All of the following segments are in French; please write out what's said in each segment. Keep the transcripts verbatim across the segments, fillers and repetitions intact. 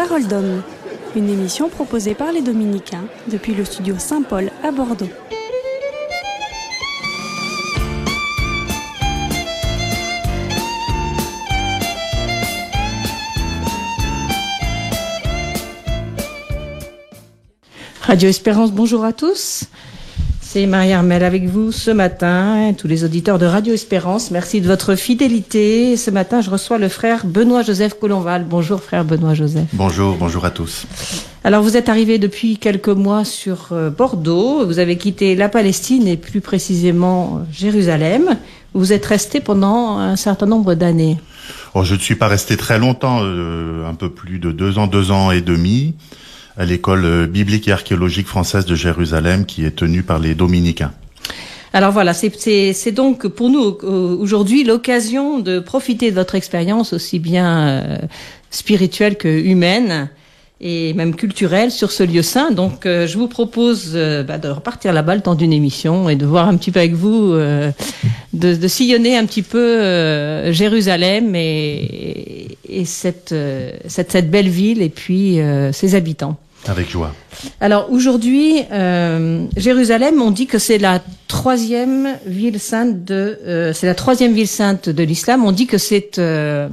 Parole d'homme, une émission proposée par les Dominicains depuis le studio Saint-Paul à Bordeaux. Radio Espérance, bonjour à tous. C'est Marie-Armelle avec vous ce matin, tous les auditeurs de Radio Espérance. Merci de votre fidélité. Ce matin, je reçois le frère Benoît-Joseph Colonval. Bonjour frère Benoît-Joseph. Bonjour, bonjour à tous. Alors vous êtes arrivé depuis quelques mois sur Bordeaux. Vous avez quitté la Palestine et plus précisément Jérusalem. Vous êtes resté pendant un certain nombre d'années. Oh, je ne suis pas resté très longtemps, euh, un peu plus de deux ans, deux ans et demi, à l'école biblique et archéologique française de Jérusalem qui est tenue par les Dominicains. Alors voilà, c'est, c'est, c'est donc pour nous aujourd'hui l'occasion de profiter de votre expérience aussi bien euh, spirituelle que humaine et même culturelle sur ce lieu saint. Donc euh, je vous propose euh, bah, de repartir là-bas le temps d'une émission et de voir un petit peu avec vous, euh, de, de sillonner un petit peu euh, Jérusalem et, et cette, euh, cette, cette belle ville et puis euh, ses habitants. Avec joie. Alors aujourd'hui, euh, Jérusalem, on dit que c'est la troisième ville sainte de, euh, c'est la troisième ville sainte de l'islam. On dit que c'est euh,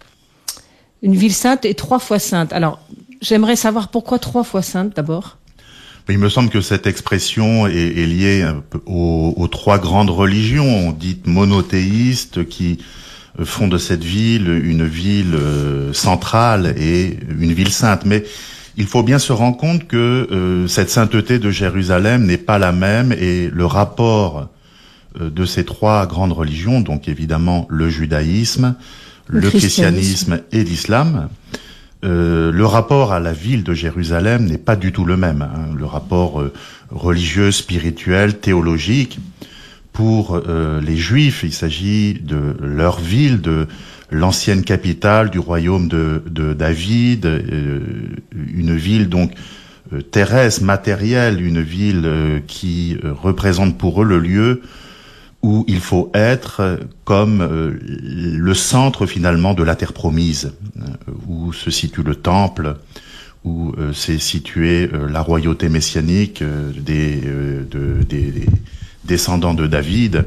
une ville sainte et trois fois sainte. Alors j'aimerais savoir pourquoi trois fois sainte d'abord. Il me semble que cette expression est, est liée un peu aux, aux trois grandes religions dites monothéistes qui font de cette ville une ville euh, centrale et une ville sainte. Mais il faut bien se rendre compte que euh, cette sainteté de Jérusalem n'est pas la même et le rapport euh, de ces trois grandes religions, donc évidemment le judaïsme, le, le christianisme. christianisme et l'islam, euh, le rapport à la ville de Jérusalem n'est pas du tout le même. Hein. Le rapport euh, religieux, spirituel, théologique, pour euh, les Juifs, il s'agit de leur ville, de l'ancienne capitale du royaume de, de David, euh, une ville donc euh, terrestre, matérielle, une ville euh, qui euh, représente pour eux le lieu où il faut être euh, comme euh, le centre finalement de la terre promise, euh, où se situe le temple, où euh, s'est située euh, la royauté messianique euh, des, euh, de, des, des descendants de David.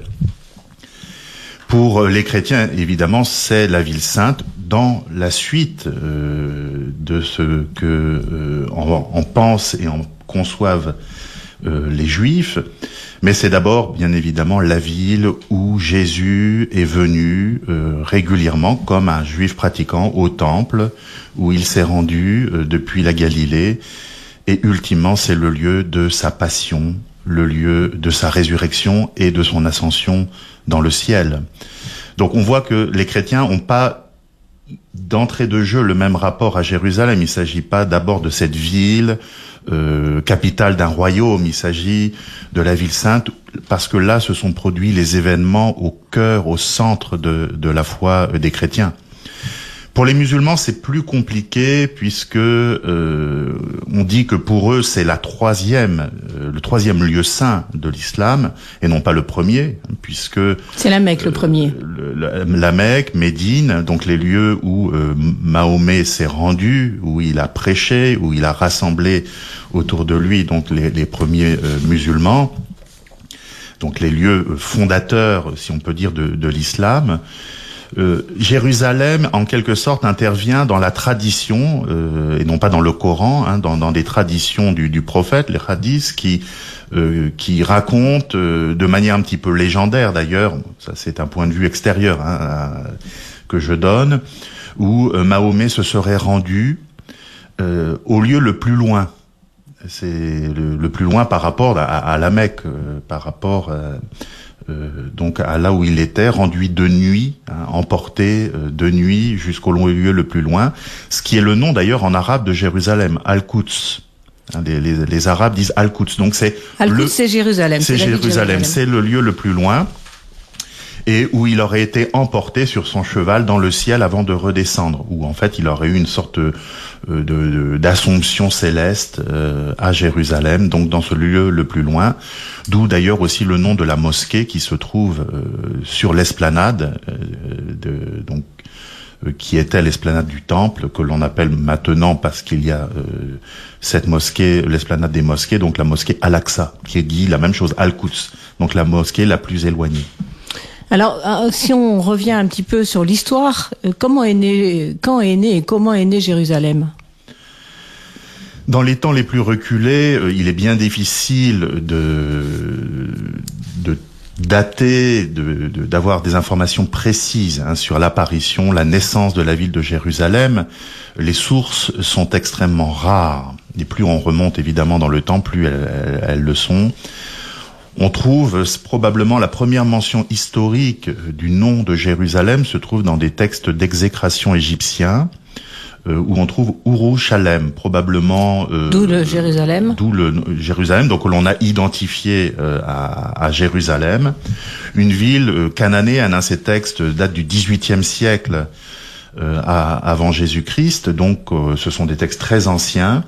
Pour les chrétiens, évidemment, c'est la ville sainte dans la suite euh, de ce que euh, en, en pensent et en conçoivent euh, les Juifs. Mais c'est d'abord, bien évidemment, la ville où Jésus est venu euh, régulièrement, comme un Juif pratiquant, au temple, où il s'est rendu euh, depuis la Galilée. Et ultimement, c'est le lieu de sa passion, le lieu de sa résurrection et de son ascension dans le ciel. Donc on voit que les chrétiens n'ont pas d'entrée de jeu le même rapport à Jérusalem. Il ne s'agit pas d'abord de cette ville, euh, capitale d'un royaume, il s'agit de la ville sainte, parce que là se sont produits les événements au cœur, au centre de, de la foi des chrétiens. Pour les musulmans, c'est plus compliqué puisque euh, on dit que pour eux c'est la troisième, euh, le troisième lieu saint de l'islam et non pas le premier, puisque c'est la Mecque euh, le premier. Le, la, la Mecque, Médine, donc les lieux où euh, Mahomet s'est rendu, où il a prêché, où il a rassemblé autour de lui donc les, les premiers euh, musulmans, donc les lieux fondateurs, si on peut dire, de, de l'islam. Euh, Jérusalem, en quelque sorte, intervient dans la tradition, euh, et non pas dans le Coran, hein, dans, dans des traditions du, du prophète, les hadiths, qui euh, qui racontent euh, de manière un petit peu légendaire, d'ailleurs, ça c'est un point de vue extérieur hein, à, que je donne, où euh, Mahomet se serait rendu euh, au lieu le plus loin. C'est le, le plus loin par rapport à, à la Mecque, euh, par rapport à, Euh, donc à là où il était, rendu de nuit, hein, emporté euh, de nuit jusqu'au lieu le plus loin, ce qui est le nom d'ailleurs en arabe de Jérusalem, Al-Quds. Hein, les, les, les Arabes disent Al-Quds, donc c'est Al-Quds, le, c'est Jérusalem. C'est, c'est Jérusalem, c'est le lieu le plus loin, et où il aurait été emporté sur son cheval dans le ciel avant de redescendre, où en fait il aurait eu une sorte de, de, d'assomption céleste euh, à Jérusalem, donc dans ce lieu le plus loin, d'où d'ailleurs aussi le nom de la mosquée qui se trouve euh, sur l'esplanade, euh, de, donc euh, qui était l'esplanade du temple, que l'on appelle maintenant, parce qu'il y a euh, cette mosquée, l'esplanade des mosquées, donc la mosquée Al-Aqsa, qui est dit la même chose, Al-Quds, donc la mosquée la plus éloignée. Alors, si on revient un petit peu sur l'histoire, comment est né, quand est né et comment est né Jérusalem ? Dans les temps les plus reculés, euh, il est bien difficile de, de dater, de, de, d'avoir des informations précises hein, sur l'apparition, la naissance de la ville de Jérusalem. Les sources sont extrêmement rares. Et plus on remonte évidemment dans le temps, plus elles, elles, elles le sont. On trouve probablement la première mention historique du nom de Jérusalem se trouve dans des textes d'exécration égyptiens. Euh, où on trouve Urushalem, probablement... Euh, d'où le Jérusalem. D'où le Jérusalem, donc l'on a identifié euh, à, à Jérusalem, une ville euh, cananéenne. Hein, ces textes datent du dix-huitième siècle euh, à, avant Jésus-Christ, donc euh, ce sont des textes très anciens,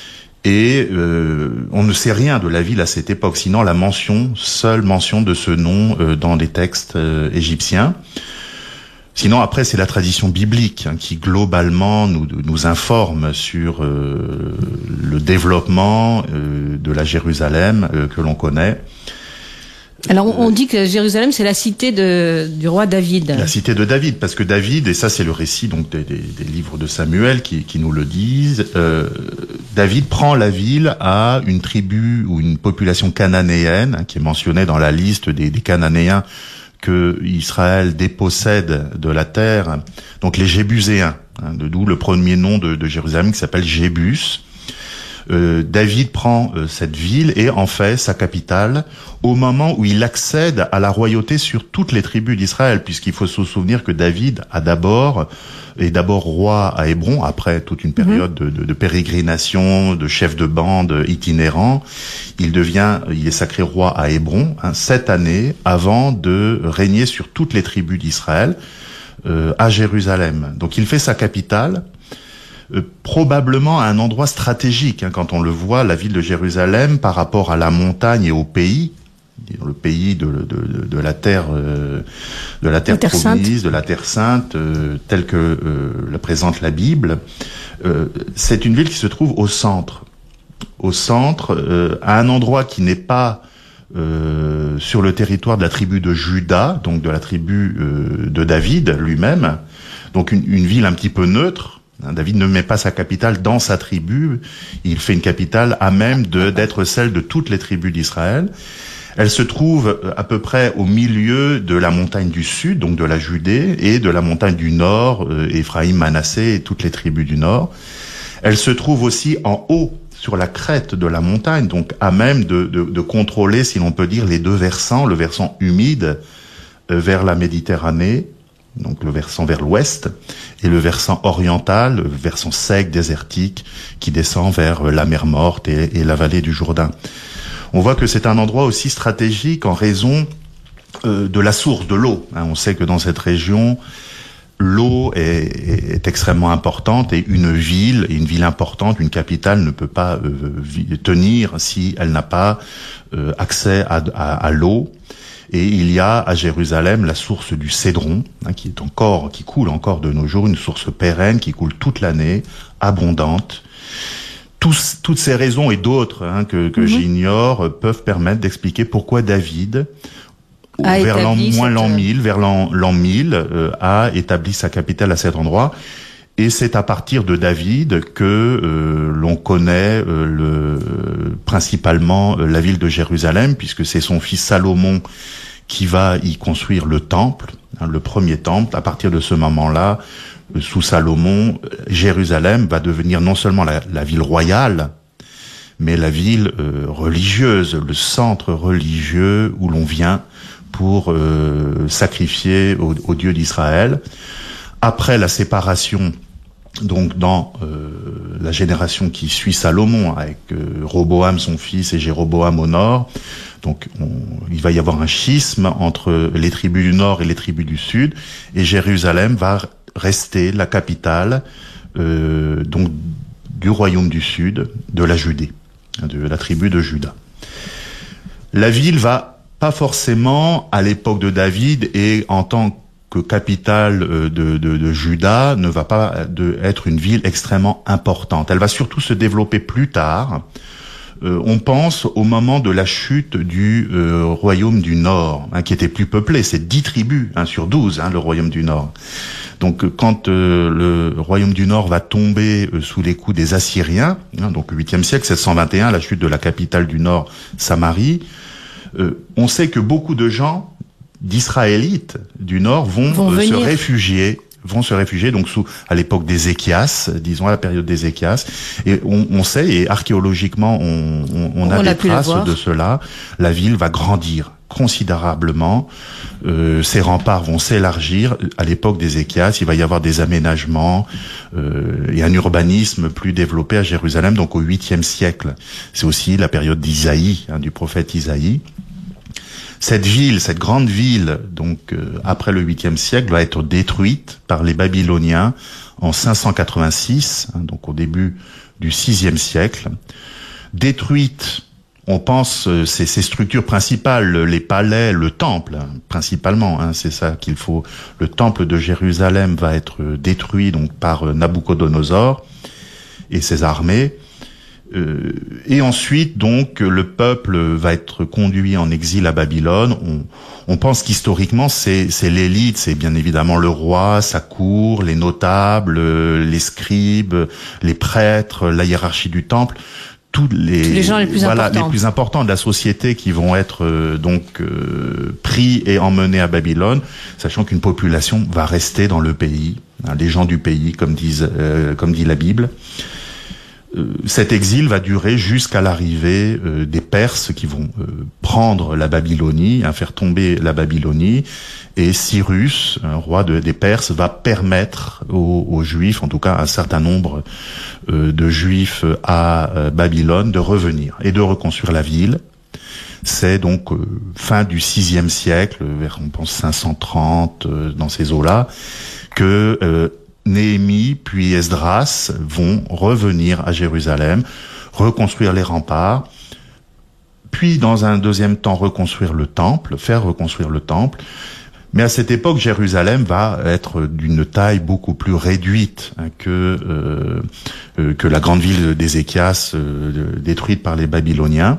et euh, on ne sait rien de la ville à cette époque, sinon la mention, seule mention de ce nom euh, dans des textes euh, égyptiens. Sinon, après, c'est la tradition biblique hein, qui, globalement, nous, nous informe sur euh, le développement euh, de la Jérusalem euh, que l'on connaît. Alors, on dit que Jérusalem, c'est la cité de, du roi David. La cité de David, parce que David, et ça c'est le récit donc des, des, des livres de Samuel qui, qui nous le disent, euh, David prend la ville à une tribu ou une population cananéenne hein, qui est mentionnée dans la liste des, des Cananéens que Israël dépossède de la terre, donc les Jébuséens, hein, d'où le premier nom de, de Jérusalem qui s'appelle Jébus. Euh, David prend euh, cette ville et en fait sa capitale au moment où il accède à la royauté sur toutes les tribus d'Israël, puisqu'il faut se souvenir que David a d'abord est d'abord roi à Hébron, après toute une période de, de, de pérégrination, de chef de bande itinérant. Il devient, il est sacré roi à Hébron, hein, sept années avant de régner sur toutes les tribus d'Israël euh, à Jérusalem. Donc il fait sa capitale. Euh, probablement à un endroit stratégique, hein, quand on le voit, la ville de Jérusalem par rapport à la montagne et au pays, le pays de, de, de, de la terre, euh, de la terre, la terre promise, sainte. de la terre sainte, euh, telle que euh, la présente la Bible. Euh, c'est une ville qui se trouve au centre, au centre, euh, à un endroit qui n'est pas euh, sur le territoire de la tribu de Juda, donc de la tribu euh, de David lui-même, donc une, une ville un petit peu neutre. David ne met pas sa capitale dans sa tribu, il fait une capitale à même de, d'être celle de toutes les tribus d'Israël. Elle se trouve à peu près au milieu de la montagne du sud, donc de la Judée, et de la montagne du nord, euh, Éphraïm, Manassé et toutes les tribus du nord. Elle se trouve aussi en haut, sur la crête de la montagne, donc à même de, de, de contrôler, si l'on peut dire, les deux versants, le versant humide euh, vers la Méditerranée, donc le versant vers l'ouest, et le versant oriental, le versant sec, désertique, qui descend vers la mer Morte et, et la vallée du Jourdain. On voit que c'est un endroit aussi stratégique en raison euh, de la source de l'eau. Hein, on sait que dans cette région, l'eau est, est extrêmement importante et une ville, une ville importante, une capitale ne peut pas euh, tenir si elle n'a pas euh, accès à, à, à l'eau. Et il y a à Jérusalem la source du Cédron, hein, qui est encore, qui coule encore de nos jours, une source pérenne qui coule toute l'année, abondante. Tous, toutes ces raisons et d'autres hein, que, que mmh. j'ignore peuvent permettre d'expliquer pourquoi David, a vers l'an, moins l'an mille, vers l'an, l'an mille, euh, a établi sa capitale à cet endroit. Et c'est à partir de David que euh, l'on connaît euh, le, principalement euh, la ville de Jérusalem, puisque c'est son fils Salomon qui va y construire le temple, hein, le premier temple. À partir de ce moment-là, euh, sous Salomon, Jérusalem va devenir non seulement la, la ville royale, mais la ville euh, religieuse, le centre religieux où l'on vient pour euh, sacrifier au, au Dieu d'Israël. Après la séparation, donc dans euh, la génération qui suit Salomon, avec euh, Roboam son fils et Jéroboam au nord, donc on, il va y avoir un schisme entre les tribus du nord et les tribus du sud, et Jérusalem va rester la capitale euh, donc du royaume du sud, de la Judée, de la tribu de Juda. La ville va pas forcément à l'époque de David et en tant que capitale de, de, de Juda ne va pas de, être une ville extrêmement importante. Elle va surtout se développer plus tard. Euh, on pense au moment de la chute du euh, royaume du Nord, hein, qui était plus peuplé. C'est dix tribus hein, sur douze, hein, le royaume du Nord. Donc quand euh, le royaume du Nord va tomber euh, sous les coups des Assyriens, hein, donc huitième siècle, sept cent vingt et un, la chute de la capitale du Nord, Samarie, euh, on sait que beaucoup de gens d'Israélites du Nord vont, vont euh, se réfugier vont se réfugier donc sous à l'époque d'Ézéchias, disons à la période d'Ézéchias, et on, on sait et archéologiquement on, on, on a on des traces de cela. La ville va grandir considérablement, euh, ses remparts vont s'élargir. À l'époque d'Ézéchias, il va y avoir des aménagements euh, et un urbanisme plus développé à Jérusalem, donc au huitième siècle. C'est aussi la période d'Isaïe, hein, du prophète Isaïe. Cette ville, cette grande ville, donc euh, après le huitième siècle, va être détruite par les Babyloniens en cinq cent quatre-vingt-six, hein, donc au début du sixième siècle. Détruite, on pense, euh, c'est ces structures principales, les palais, le temple, hein, principalement, hein, c'est ça qu'il faut. Le temple de Jérusalem va être détruit donc par euh, Nabuchodonosor et ses armées. Euh, et ensuite, donc, le peuple va être conduit en exil à Babylone. On, on pense qu'historiquement, c'est, c'est l'élite, c'est bien évidemment le roi, sa cour, les notables, les scribes, les prêtres, la hiérarchie du temple, tous les, les gens les plus voilà, importants, les plus importants de la société qui vont être euh, donc euh, pris et emmenés à Babylone, sachant qu'une population va rester dans le pays, hein, les gens du pays, comme disent, euh, comme dit la Bible. Cet exil va durer jusqu'à l'arrivée euh, des Perses qui vont euh, prendre la Babylonie, hein, faire tomber la Babylonie, et Cyrus, un roi de, des Perses, va permettre aux, aux Juifs, en tout cas un certain nombre euh, de Juifs à euh, Babylone, de revenir et de reconstruire la ville. C'est donc euh, fin du sixième siècle, vers on pense cinq cent trente, euh, dans ces eaux-là, que euh, Néhémie puis Esdras vont revenir à Jérusalem, reconstruire les remparts, puis dans un deuxième temps reconstruire le temple, faire reconstruire le temple. Mais à cette époque, Jérusalem va être d'une taille beaucoup plus réduite hein, que euh, euh, que la grande ville d'Ézéchias euh, détruite par les Babyloniens.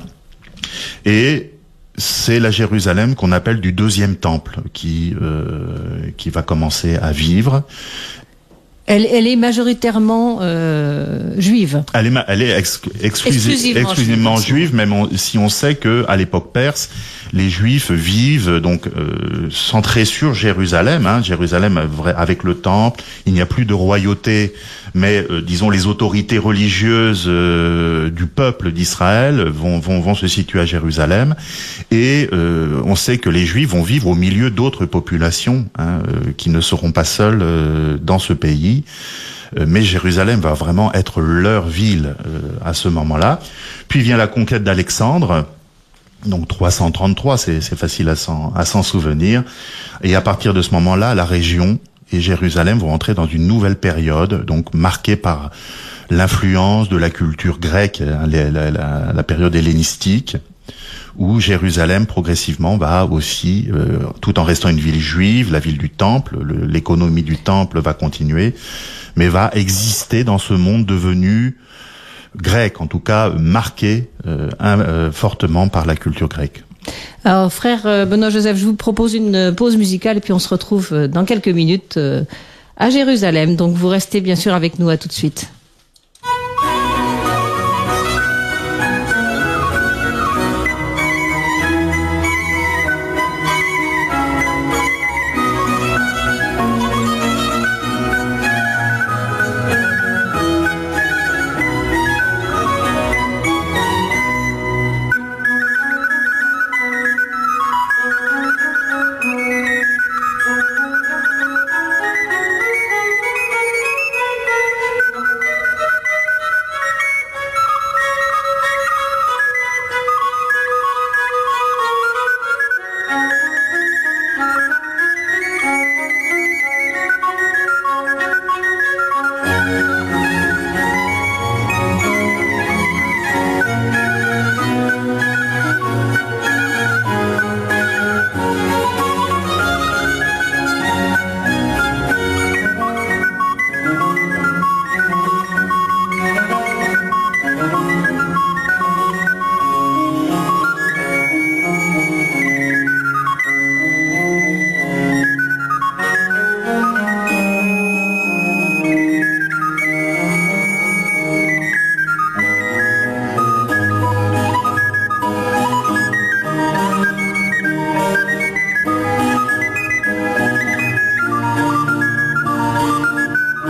Et c'est la Jérusalem qu'on appelle du deuxième temple qui euh, qui va commencer à vivre. Elle, elle est majoritairement euh, juive. Elle est, elle est ex, exclusive, exclusivement, exclusivement juive, juive, même on, si on sait que à l'époque perse, les Juifs vivent donc euh, centrés sur Jérusalem. Hein, Jérusalem avec le temple, il n'y a plus de royauté, mais euh, disons les autorités religieuses euh, du peuple d'Israël vont, vont, vont se situer à Jérusalem. Et euh, on sait que les Juifs vont vivre au milieu d'autres populations hein, euh, qui ne seront pas seules euh, dans ce pays. Mais Jérusalem va vraiment être leur ville euh, à ce moment-là. Puis vient la conquête d'Alexandre, donc trois cent trente-trois, c'est, c'est facile à s'en, à s'en souvenir. Et à partir de ce moment-là, la région et Jérusalem vont entrer dans une nouvelle période, donc marquée par l'influence de la culture grecque, la, la, la, la période hellénistique, où Jérusalem progressivement va aussi, euh, tout en restant une ville juive, la ville du temple, le, l'économie du temple va continuer, mais va exister dans ce monde devenu grec, en tout cas marqué euh, un, euh, fortement par la culture grecque. Alors frère euh, Benoît Joseph, je vous propose une pause musicale et puis on se retrouve euh, dans quelques minutes euh, à Jérusalem. Donc vous restez bien sûr avec nous, à tout de suite.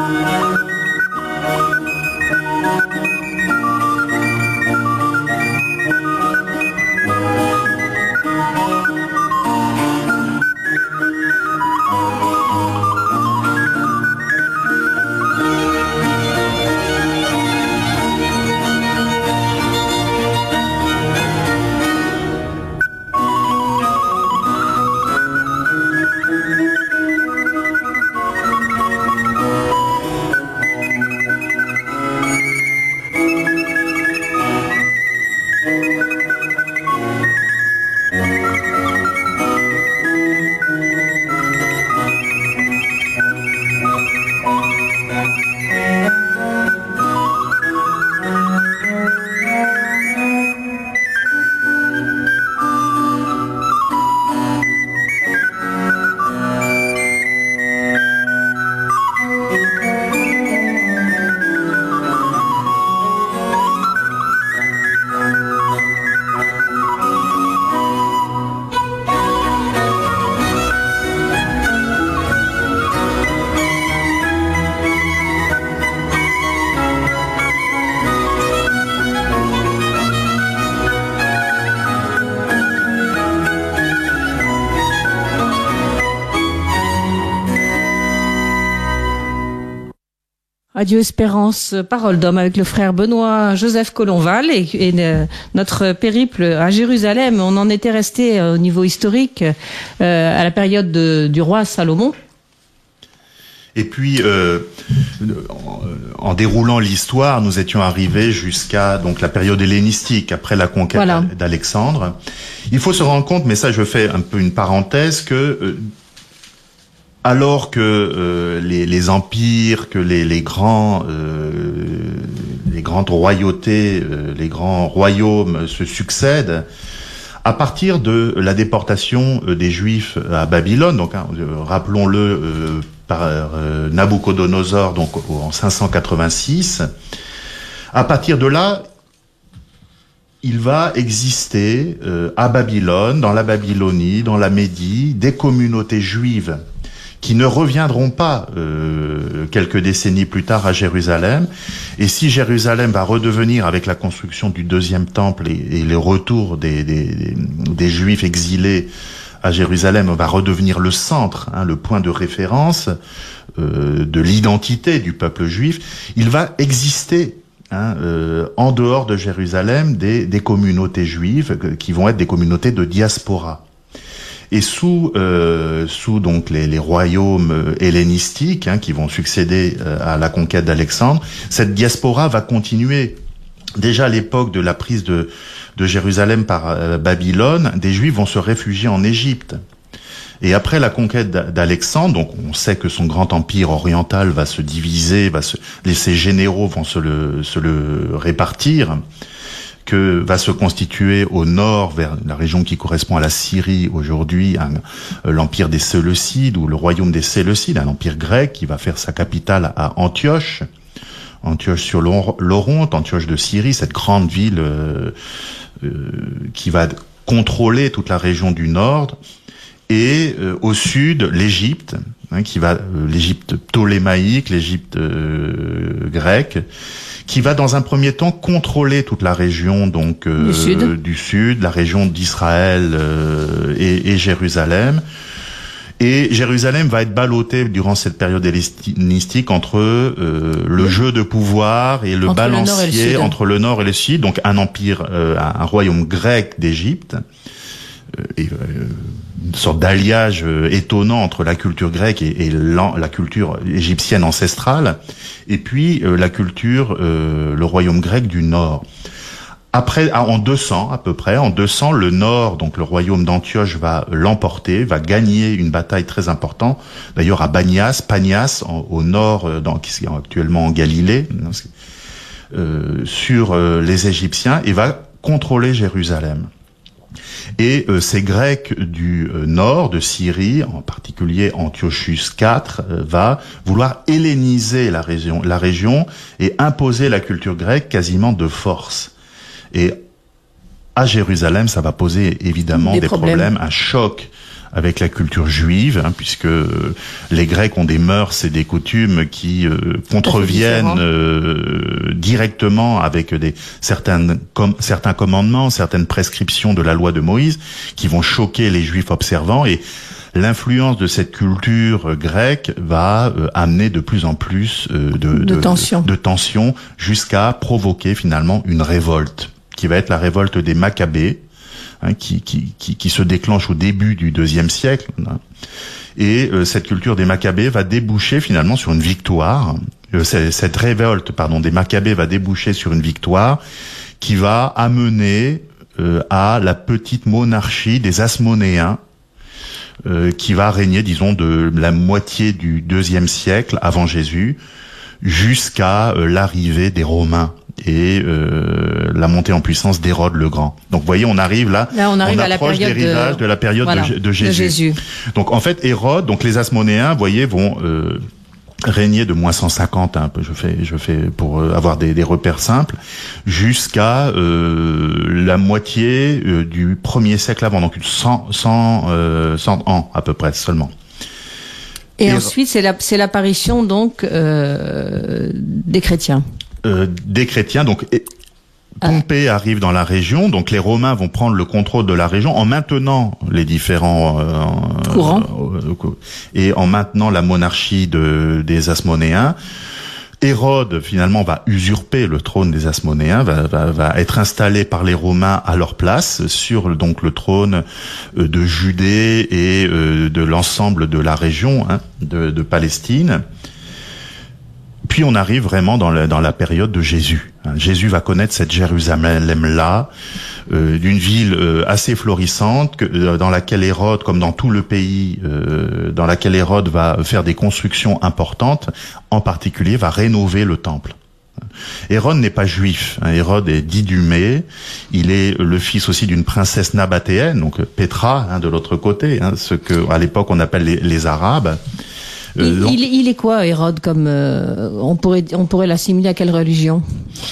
Radio Espérance, Parole d'Homme avec le frère Benoît Joseph Colonval et, et euh, notre périple à Jérusalem. On en était resté euh, au niveau historique euh, à la période de, du roi Salomon. Et puis, euh, en, en déroulant l'histoire, nous étions arrivés jusqu'à donc la période hellénistique, après la conquête voilà. d'Alexandre. Il faut se rendre compte, mais ça je fais un peu une parenthèse, que euh, alors que euh, les, les empires, que les, les grands, euh, les grandes royautés, euh, les grands royaumes se succèdent, à partir de la déportation euh, des Juifs à Babylone, donc hein, euh, rappelons-le euh, par euh, Nabuchodonosor, donc en cinq cent quatre-vingt-six, à partir de là, il va exister euh, à Babylone, dans la Babylonie, dans la Médie, des communautés juives qui ne reviendront pas euh, quelques décennies plus tard à Jérusalem. Et si Jérusalem va redevenir, avec la construction du deuxième temple et, et le retour des, des, des Juifs exilés à Jérusalem, va redevenir le centre, hein, le point de référence euh, de l'identité du peuple juif, il va exister Hein, euh, en dehors de Jérusalem, des, des communautés juives qui vont être des communautés de diaspora. Et sous, euh, sous donc les, les royaumes hellénistiques hein, qui vont succéder euh, à la conquête d'Alexandre, cette diaspora va continuer. Déjà à l'époque de la prise de, de Jérusalem par euh, Babylone, des Juifs vont se réfugier en Égypte. Et après la conquête d'Alexandre, donc on sait que son grand empire oriental va se diviser, va se, les, ses généraux vont se le, se le répartir, que va se constituer au nord, vers la région qui correspond à la Syrie aujourd'hui, l'empire des Séleucides ou le royaume des Séleucides, un empire grec qui va faire sa capitale à Antioche, Antioche sur l'Oronte, Antioche de Syrie, cette grande ville euh, euh, qui va contrôler toute la région du nord. Et euh, au sud, l'Égypte, hein, qui va euh, l'Égypte ptolémaïque, l'Égypte euh, grecque, qui va dans un premier temps contrôler toute la région donc euh, du, sud. du sud, la région d'Israël euh, et, et Jérusalem. Et Jérusalem va être ballottée durant cette période hellénistique entre euh, le oui. jeu de pouvoir et le entre balancier le le entre le nord et le sud, donc un empire, euh, un royaume grec d'Égypte. Et, euh, une sorte d'alliage euh, étonnant entre la culture grecque et, et la, la culture égyptienne ancestrale, et puis euh, la culture, euh, le royaume grec du nord. Après, en deux cents à peu près, en deux cents, le nord, donc le royaume d'Antioche, va l'emporter, va gagner une bataille très importante, d'ailleurs à Banias, Panias, en, au nord, dans, qui est actuellement en Galilée, euh, sur euh, les Égyptiens, et va contrôler Jérusalem. Et euh, ces Grecs du euh, nord, de Syrie, en particulier Antiochus quatre, euh, va vouloir helléniser la région, la région et imposer la culture grecque quasiment de force. Et à Jérusalem, ça va poser évidemment des, des problèmes. problèmes, un choc avec la culture juive, hein, puisque les Grecs ont des mœurs et des coutumes qui euh, contreviennent euh, directement avec des certaines com- certains commandements, certaines prescriptions de la loi de Moïse, qui vont choquer les Juifs observants, et l'influence de cette culture grecque va euh, amener de plus en plus euh, de, de, de tension, de, de tension, jusqu'à provoquer finalement une révolte, qui va être la révolte des Maccabées, hein, qui, qui, qui, qui se déclenche au début du deuxième siècle. Hein. Et euh, cette culture des Maccabées va déboucher finalement sur une victoire. Euh, cette révolte, pardon, des Maccabées va déboucher sur une victoire qui va amener euh, à la petite monarchie des Asmonéens, euh, qui va régner, disons, de la moitié du deuxième siècle avant Jésus jusqu'à euh, l'arrivée des Romains et euh, la montée en puissance d'Hérode le Grand. Donc, vous voyez, on arrive là, là on, arrive on à approche la des rivages de... de la période voilà, de, de, Jésus. de Jésus. Donc, en fait, Hérode, donc les Asmonéens, vous voyez, vont euh, régner de moins cent cinquante, hein, je fais, je fais pour euh, avoir des, des repères simples, jusqu'à euh, la moitié euh, du premier siècle avant, donc cent, cent, euh, cent ans à peu près seulement. Et, Et ensuite, c'est la, c'est l'apparition donc euh, des chrétiens. Euh, des chrétiens, donc et, Pompée ah. arrive dans la région, donc les Romains vont prendre le contrôle de la région en maintenant les différents euh, courants euh, et en maintenant la monarchie de, des Asmonéens. Hérode finalement va usurper le trône des Asmonéens, va, va, va être installé par les Romains à leur place sur donc le trône de Judée et euh, de l'ensemble de la région, hein, de, de Palestine. Puis on arrive vraiment dans la, dans la période de Jésus. Jésus va connaître cette Jérusalem-là, euh, d'une ville euh, assez florissante, que, euh, dans laquelle Hérode, comme dans tout le pays, euh, dans laquelle Hérode va faire des constructions importantes, en particulier va rénover le temple. Hérode n'est pas juif. Hérode est d'Idumée. Il est le fils aussi d'une princesse nabatéenne, donc Pétra, hein, de l'autre côté, hein, ce que à l'époque on appelle les, les Arabes. Il, euh, il, il est quoi, Hérode, comme euh, on pourrait on pourrait l'assimiler à quelle religion?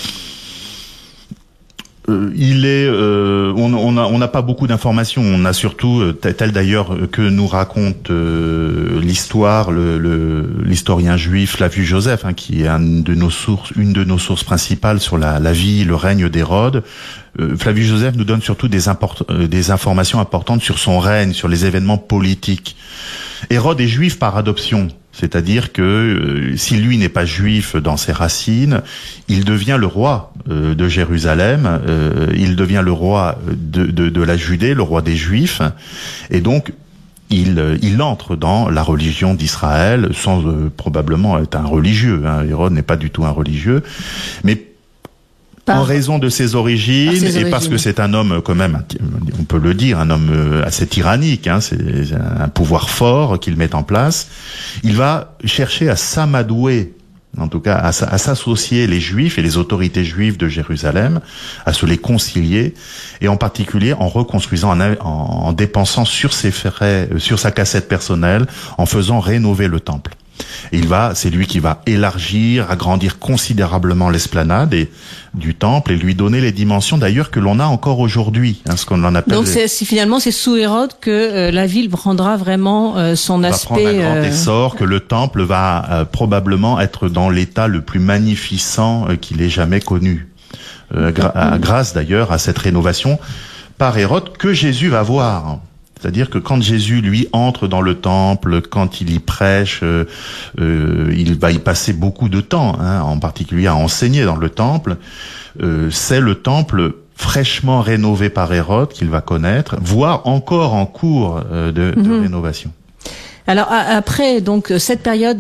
Euh, il est, euh, on on a on n'a pas beaucoup d'informations. On a surtout, euh, tel d'ailleurs que nous raconte euh, l'histoire, le, le l'historien juif Flavius Joseph, hein, qui est un de nos sources, une de nos sources principales sur la, la vie, le règne d'Hérode. Euh, Flavius Joseph nous donne surtout des import, euh, des informations importantes sur son règne, sur les événements politiques. Hérode est juif par adoption, c'est-à-dire que euh, si lui n'est pas juif dans ses racines, il devient le roi euh, de Jérusalem, euh, il devient le roi de, de, de la Judée, le roi des Juifs, et donc il, il entre dans la religion d'Israël sans euh, probablement être un religieux. Hein. Hérode n'est pas du tout un religieux, mais Par, en raison de ses origines, ses origines et parce que c'est un homme quand même, on peut le dire, un homme assez tyrannique, hein, c'est un pouvoir fort qu'il met en place, il va chercher à s'amadouer, en tout cas à, à s'associer les Juifs et les autorités juives de Jérusalem, à se les concilier, et en particulier en reconstruisant, en, en, en dépensant sur ses frais, sur sa cassette personnelle, en faisant rénover le temple. Et il va, c'est lui qui va élargir, agrandir considérablement l'esplanade et, du temple et lui donner les dimensions d'ailleurs que l'on a encore aujourd'hui, hein, ce qu'on en appelle. Donc c'est, c'est finalement c'est sous Hérode que euh, la ville prendra vraiment euh, son va aspect. Va prendre un grand euh... essor, que le temple va euh, probablement être dans l'état le plus magnificent euh, qu'il ait jamais connu, euh, gra- à, grâce d'ailleurs à cette rénovation par Hérode que Jésus va voir. C'est-à-dire que quand Jésus, lui, entre dans le temple, quand il y prêche, euh, euh, il va y passer beaucoup de temps, hein, en particulier à enseigner dans le temple. Euh, c'est le temple fraîchement rénové par Hérode qu'il va connaître, voire encore en cours euh, de, de mmh. rénovation. Alors après, donc cette période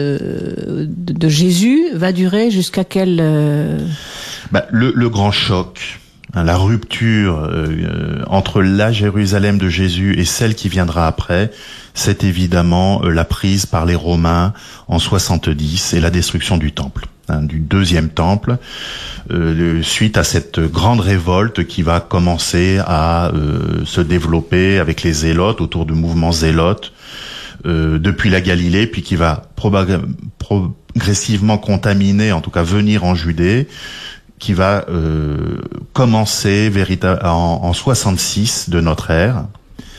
de, de, de Jésus va durer jusqu'à quel euh... bah, le, le grand choc. La rupture euh, entre la Jérusalem de Jésus et celle qui viendra après, c'est évidemment euh, la prise par les Romains en soixante-dix et la destruction du temple, hein, du deuxième temple, euh, suite à cette grande révolte qui va commencer à euh, se développer avec les zélotes, autour de mouvements zélotes, euh, depuis la Galilée, puis qui va proba- progressivement contaminer, en tout cas venir en Judée, qui va euh, commencer véritable en, en soixante-six de notre ère.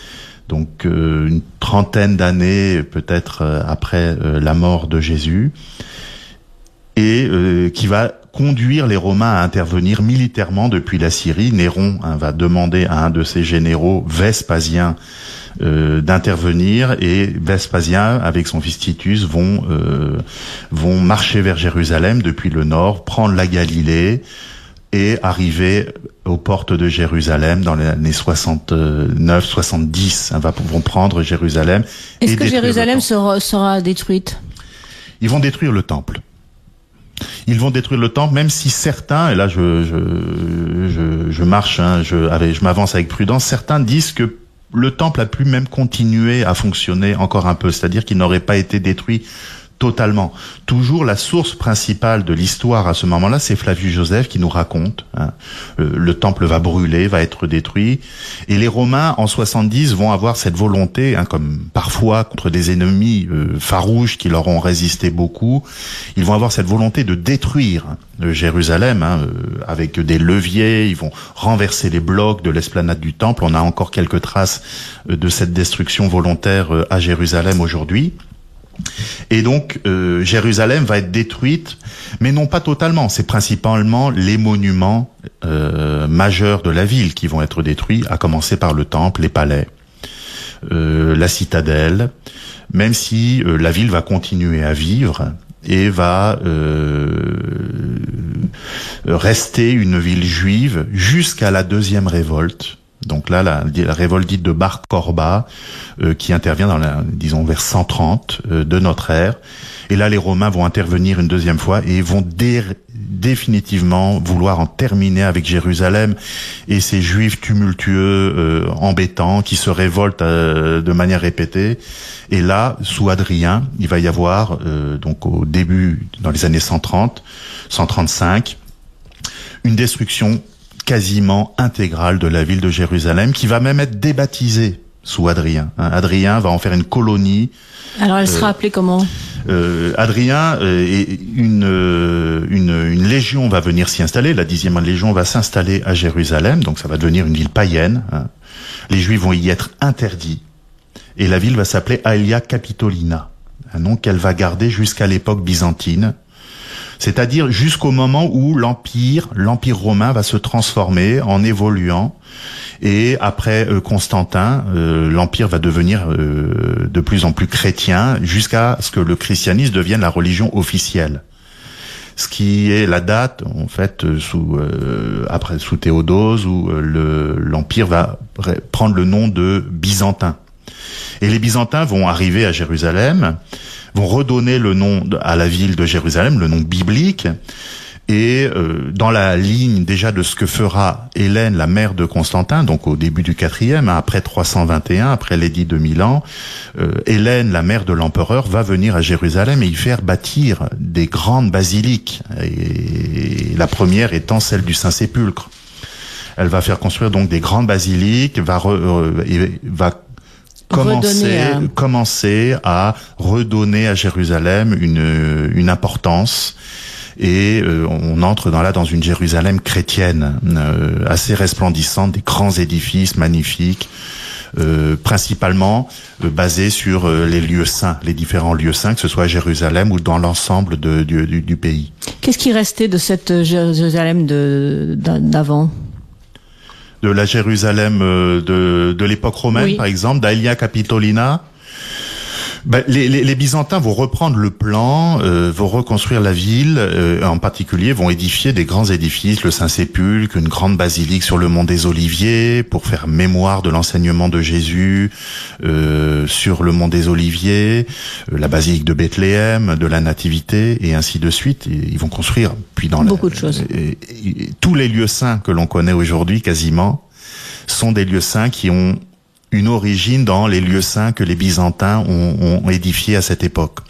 donc euh, une trentaine d'années peut-être euh, après euh, la mort de Jésus, et euh, qui va conduire les Romains à intervenir militairement depuis la Syrie. Néron hein, va demander à un de ses généraux, Vespasien, euh, d'intervenir, et Vespasien, avec son fils Titus, vont euh, vont marcher vers Jérusalem depuis le nord, prendre la Galilée et arriver aux portes de Jérusalem dans les années soixante-neuf soixante-dix. Hein, vont prendre Jérusalem. Est-ce que Jérusalem sera, sera détruite? Ils vont détruire le temple. Ils vont détruire le temple, même si certains, et là je je je, je marche, hein, je, avec, je m'avance avec prudence, certains disent que le temple a pu même continuer à fonctionner encore un peu, c'est-à-dire qu'il n'aurait pas été détruit totalement. Toujours la source principale de l'histoire à ce moment-là, c'est Flavius Joseph qui nous raconte. Hein, le, le temple va brûler, va être détruit, et les Romains en soixante-dix vont avoir cette volonté, hein, comme parfois contre des ennemis euh, farouches qui leur ont résisté beaucoup, ils vont avoir cette volonté de détruire euh, Jérusalem hein, euh, avec des leviers. Ils vont renverser les blocs de l'esplanade du temple. On a encore quelques traces euh, de cette destruction volontaire euh, à Jérusalem aujourd'hui. Et donc euh, Jérusalem va être détruite, mais non pas totalement. C'est principalement les monuments euh, majeurs de la ville qui vont être détruits, à commencer par le temple, les palais, euh, la citadelle, même si euh, la ville va continuer à vivre et va euh, rester une ville juive jusqu'à la deuxième révolte. Donc là, la, la révolte dite de Bar Korba, euh, qui intervient dans la, disons, vers cent trente euh, de notre ère. Et là, les Romains vont intervenir une deuxième fois et vont dé- définitivement vouloir en terminer avec Jérusalem et ces Juifs tumultueux, euh, embêtants, qui se révoltent euh, de manière répétée. Et là, sous Hadrien, il va y avoir, euh, donc au début, dans les années cent trente, cent trente-cinq, une destruction quasiment intégrale de la ville de Jérusalem, qui va même être débaptisée sous Hadrien. Hein, Hadrien va en faire une colonie. Alors elle sera euh, appelée comment? euh, Hadrien, euh, et une, euh, une, une légion va venir s'y installer, la dixième légion va s'installer à Jérusalem, donc ça va devenir une ville païenne. Hein. Les Juifs vont y être interdits, et la ville va s'appeler Aelia Capitolina, un nom qu'elle va garder jusqu'à l'époque byzantine. C'est-à-dire jusqu'au moment où l'empire, l'empire romain va se transformer en évoluant, et après euh, Constantin, euh, l'empire va devenir euh, de plus en plus chrétien, jusqu'à ce que le christianisme devienne la religion officielle. Ce qui est la date, en fait, sous euh, après sous Théodose, où euh, le l'empire va prendre le nom de byzantin. Et les Byzantins vont arriver à Jérusalem, vont redonner le nom à la ville de Jérusalem, le nom biblique, et euh, dans la ligne déjà de ce que fera Hélène, la mère de Constantin, donc au début du quatrième, après trois cent vingt et un, après l'édit de Milan, euh, Hélène, la mère de l'empereur, va venir à Jérusalem et y faire bâtir des grandes basiliques, et la première étant celle du Saint-Sépulcre. Elle va faire construire donc des grandes basiliques, va, re, euh, et va Commencer, à... commencer à redonner à Jérusalem une, une importance, et euh, on entre dans là dans une Jérusalem chrétienne euh, assez resplendissante, des grands édifices magnifiques, euh, principalement euh, basés sur euh, les lieux saints, les différents lieux saints, que ce soit à Jérusalem ou dans l'ensemble de, du, du, du pays. Qu'est-ce qui restait de cette Jérusalem de, d'avant? De la Jérusalem de, de l'époque romaine, oui. Par exemple, d'Aelia Capitolina. Ben, les, les, les Byzantins vont reprendre le plan, euh, vont reconstruire la ville, euh, en particulier vont édifier des grands édifices, le Saint-Sépulcre, une grande basilique sur le mont des Oliviers, pour faire mémoire de l'enseignement de Jésus euh, sur le mont des Oliviers, euh, la basilique de Bethléem, de la Nativité, et ainsi de suite. Et ils vont construire, puis dans beaucoup la, de choses. Et, et, et, tous les lieux saints que l'on connaît aujourd'hui, quasiment, sont des lieux saints qui ont une origine dans les lieux saints que les Byzantins ont, ont édifiés à cette époque.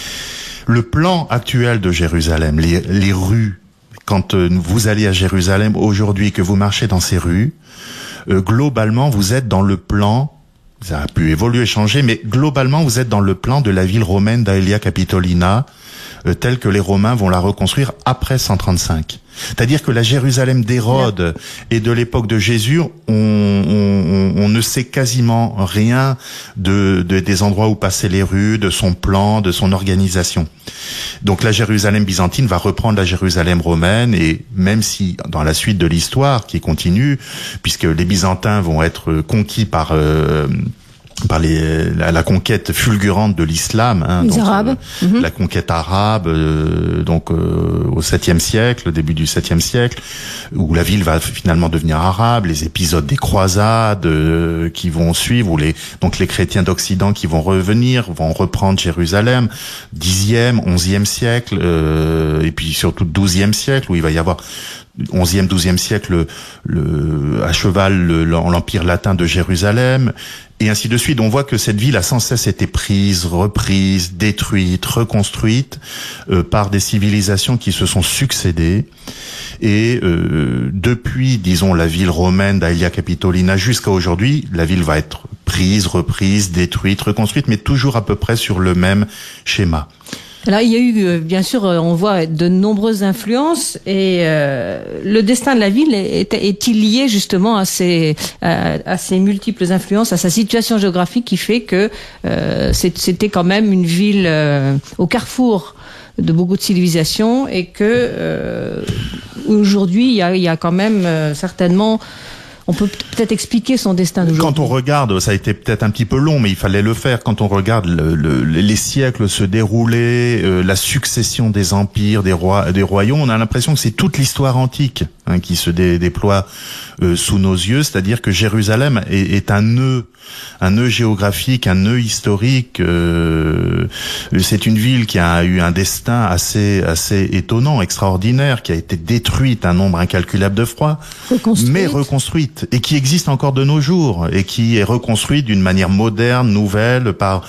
Le plan actuel de Jérusalem, les, les rues, quand euh, vous allez à Jérusalem aujourd'hui, que vous marchez dans ces rues, euh, globalement, vous êtes dans le plan, ça a pu évoluer, changer, mais globalement, vous êtes dans le plan de la ville romaine d'Aelia Capitolina, euh, telle que les Romains vont la reconstruire après cent trente-cinq. C'est-à-dire que la Jérusalem d'Hérode et de l'époque de Jésus, on, on, on ne sait quasiment rien de, de des endroits où passaient les rues, de son plan, de son organisation. Donc la Jérusalem byzantine va reprendre la Jérusalem romaine, et même si dans la suite de l'histoire qui continue, puisque les Byzantins vont être conquis par euh, par les, la, la conquête fulgurante de l'islam, hein, les donc, Arabes, euh, mmh. la conquête arabe, euh, donc euh, au septième siècle, début du septième siècle, où la ville va finalement devenir arabe, les épisodes des croisades euh, qui vont suivre, où les donc les chrétiens d'Occident qui vont revenir, vont reprendre Jérusalem, dixième, onzième siècle, euh, et puis surtout douzième siècle, où il va y avoir onzième, douzième siècle, le, le, à cheval le, l'Empire latin de Jérusalem, et ainsi de suite. On voit que cette ville a sans cesse été prise, reprise, détruite, reconstruite euh, par des civilisations qui se sont succédées. Et euh, depuis, disons, la ville romaine d'Aelia Capitolina jusqu'à aujourd'hui, la ville va être prise, reprise, détruite, reconstruite, mais toujours à peu près sur le même schéma. Alors il y a eu, bien sûr, on voit de nombreuses influences, et euh, le destin de la ville est, est-il lié justement à ces, à, à ces multiples influences, à sa situation géographique qui fait que euh, c'était quand même une ville euh, au carrefour de beaucoup de civilisations, et que euh, aujourd'hui il y a, il y a quand même euh, certainement... On peut peut-être expliquer son destin d'aujourd'hui. Quand on regarde, ça a été peut-être un petit peu long, mais il fallait le faire. Quand on regarde le, le, les siècles se dérouler, euh, la succession des empires, des rois, des royaumes, on a l'impression que c'est toute l'histoire antique hein, qui se dé, déploie euh, sous nos yeux. C'est-à-dire que Jérusalem est, est un nœud, un nœud géographique, un nœud historique. Euh, c'est une ville qui a eu un destin assez, assez étonnant, extraordinaire, qui a été détruite un nombre incalculable de fois, reconstruite. mais reconstruite. Et qui existe encore de nos jours, et qui est reconstruite d'une manière moderne, nouvelle, par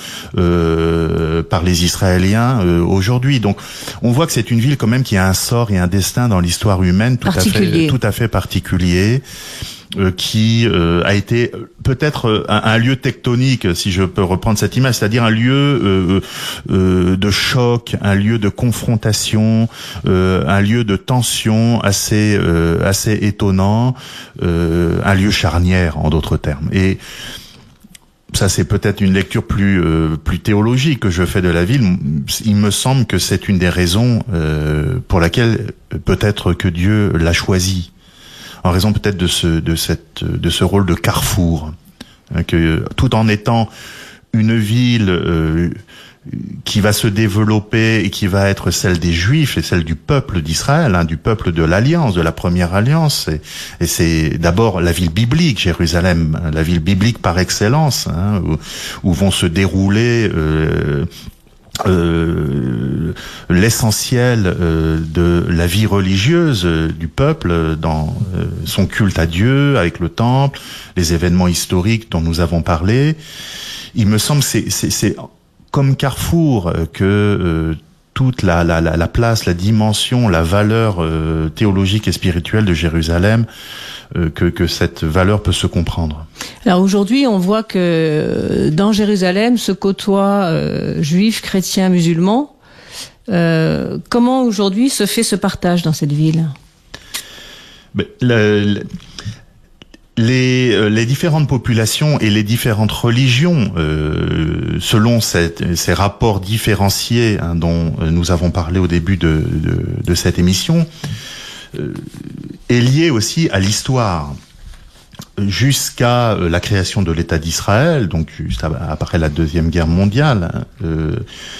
euh, par les Israéliens euh, aujourd'hui. Donc, on voit que c'est une ville quand même qui a un sort et un destin dans l'histoire humaine tout à fait tout à fait particulier. Euh, qui euh, a été peut-être un, un lieu tectonique, si je peux reprendre cette image, c'est-à-dire un lieu euh, euh, de choc, un lieu de confrontation, euh, un lieu de tension assez euh, assez étonnant, euh, un lieu charnière en d'autres termes. Et ça, c'est peut-être une lecture plus euh, plus théologique que je fais de la ville. Il me semble que c'est une des raisons euh, pour laquelle peut-être que Dieu l'a choisi, en raison peut-être de ce de cette de ce rôle de carrefour, hein, que tout en étant une ville euh, qui va se développer et qui va être celle des Juifs et celle du peuple d'Israël, hein, du peuple de l'Alliance, de la première Alliance, et, et c'est d'abord la ville biblique, Jérusalem, la ville biblique par excellence, hein, où, où vont se dérouler euh, Euh, l'essentiel euh, de la vie religieuse euh, du peuple dans euh, son culte à Dieu avec le temple, les événements historiques dont nous avons parlé. Il me semble que c'est, c'est, c'est comme carrefour que euh, toute la, la, la place, la dimension, la valeur euh, théologique et spirituelle de Jérusalem, euh, que, que cette valeur peut se comprendre. Alors aujourd'hui, on voit que dans Jérusalem se côtoient euh, juifs, chrétiens, musulmans. Euh, comment aujourd'hui se fait ce partage dans cette ville ? Ben, le, le... Les, les différentes populations et les différentes religions, euh, selon cette, ces rapports différenciés hein, dont nous avons parlé au début de, de, de cette émission, euh, est lié aussi à l'histoire. Jusqu'à la création de l'État d'Israël, donc juste après la Deuxième Guerre mondiale, hein, euh,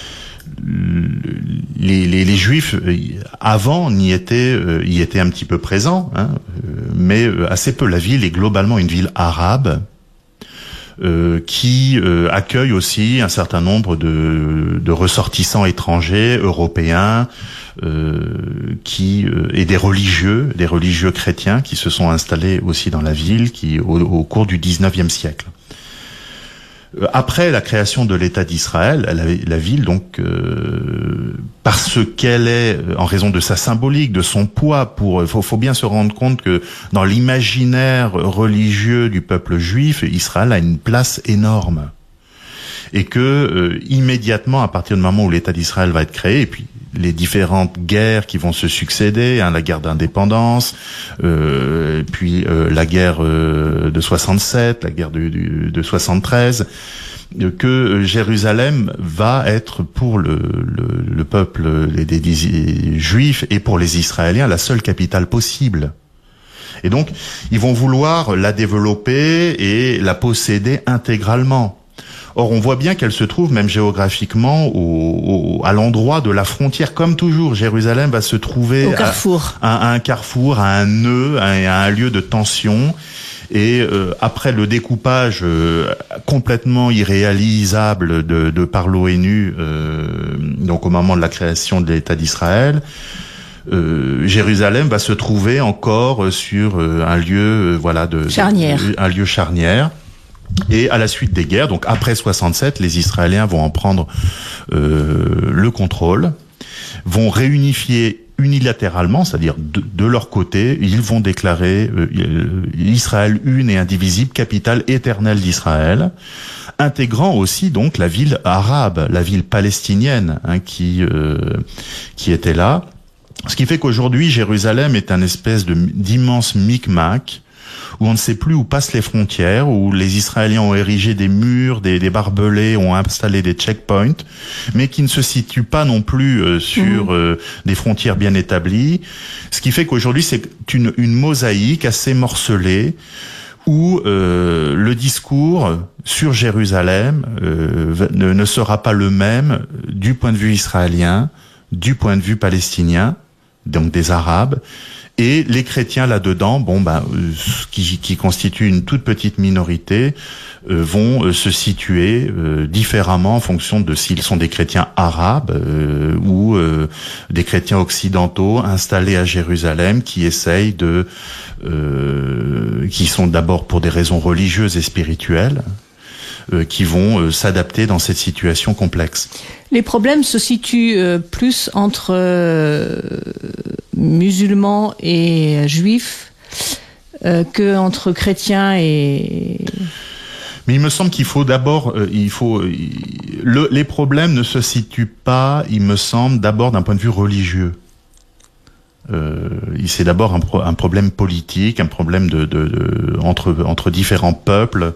Les, les, les Juifs avant y étaient, euh, y étaient un petit peu présents, hein, mais assez peu. La ville est globalement une ville arabe euh, qui euh, accueille aussi un certain nombre de, de ressortissants étrangers, européens, euh, qui euh, et des religieux, des religieux chrétiens qui se sont installés aussi dans la ville, qui au, au cours du dix-neuvième siècle. Après la création de l'État d'Israël, la, la ville, donc, euh, parce qu'elle est, en raison de sa symbolique, de son poids, pour, faut, faut bien se rendre compte que dans l'imaginaire religieux du peuple juif, Israël a une place énorme. Et que, euh, immédiatement, à partir du moment où l'État d'Israël va être créé, et puis les différentes guerres qui vont se succéder, hein, la guerre d'indépendance, euh, puis euh, la guerre euh, de soixante-sept, la guerre de, de, de soixante-treize, que Jérusalem va être pour le, le, le peuple des, des, des Juifs et pour les Israéliens la seule capitale possible. Et donc, ils vont vouloir la développer et la posséder intégralement. Or, on voit bien qu'elle se trouve, même géographiquement, au, au, à l'endroit de la frontière. Comme toujours, Jérusalem va se trouver au carrefour. À, à un carrefour, à un nœud, à, à un lieu de tension. Et euh, après le découpage euh, complètement irréalisable de, de par l'ONU, euh, donc au moment de la création de l'État d'Israël, Euh, Jérusalem va se trouver encore sur euh, un lieu, euh, voilà, de charnière. De, un lieu charnière. Et à la suite des guerres, donc après soixante-sept, les Israéliens vont en prendre euh, le contrôle, vont réunifier unilatéralement, c'est-à-dire de, de leur côté, ils vont déclarer euh, Israël une et indivisible, capitale éternelle d'Israël, intégrant aussi donc la ville arabe, la ville palestinienne, hein, qui euh, qui était là. Ce qui fait qu'aujourd'hui, Jérusalem est un espèce de d'immense micmac où on ne sait plus où passent les frontières, où les Israéliens ont érigé des murs, des, des barbelés, ont installé des checkpoints, mais qui ne se situent pas non plus euh, sur mmh. euh, des frontières bien établies. Ce qui fait qu'aujourd'hui, c'est une, une mosaïque assez morcelée, où euh, le discours sur Jérusalem euh, ne, ne sera pas le même du point de vue israélien, du point de vue palestinien, donc des Arabes, et les chrétiens là-dedans, bon ben, euh, qui, qui constituent une toute petite minorité, euh, vont euh, se situer euh, différemment en fonction de s'ils sont des chrétiens arabes euh, ou euh, des chrétiens occidentaux installés à Jérusalem qui essayent de, euh, qui sont d'abord pour des raisons religieuses et spirituelles, euh, qui vont euh, s'adapter dans cette situation complexe. Les problèmes se situent euh, plus entre euh, musulmans et juifs euh, que entre chrétiens et... Mais il me semble qu'il faut d'abord, euh, il faut, euh, le, les problèmes ne se situent pas, il me semble, d'abord d'un point de vue religieux. Euh, c'est d'abord un, pro, un problème politique, un problème de, de, de entre entre différents peuples.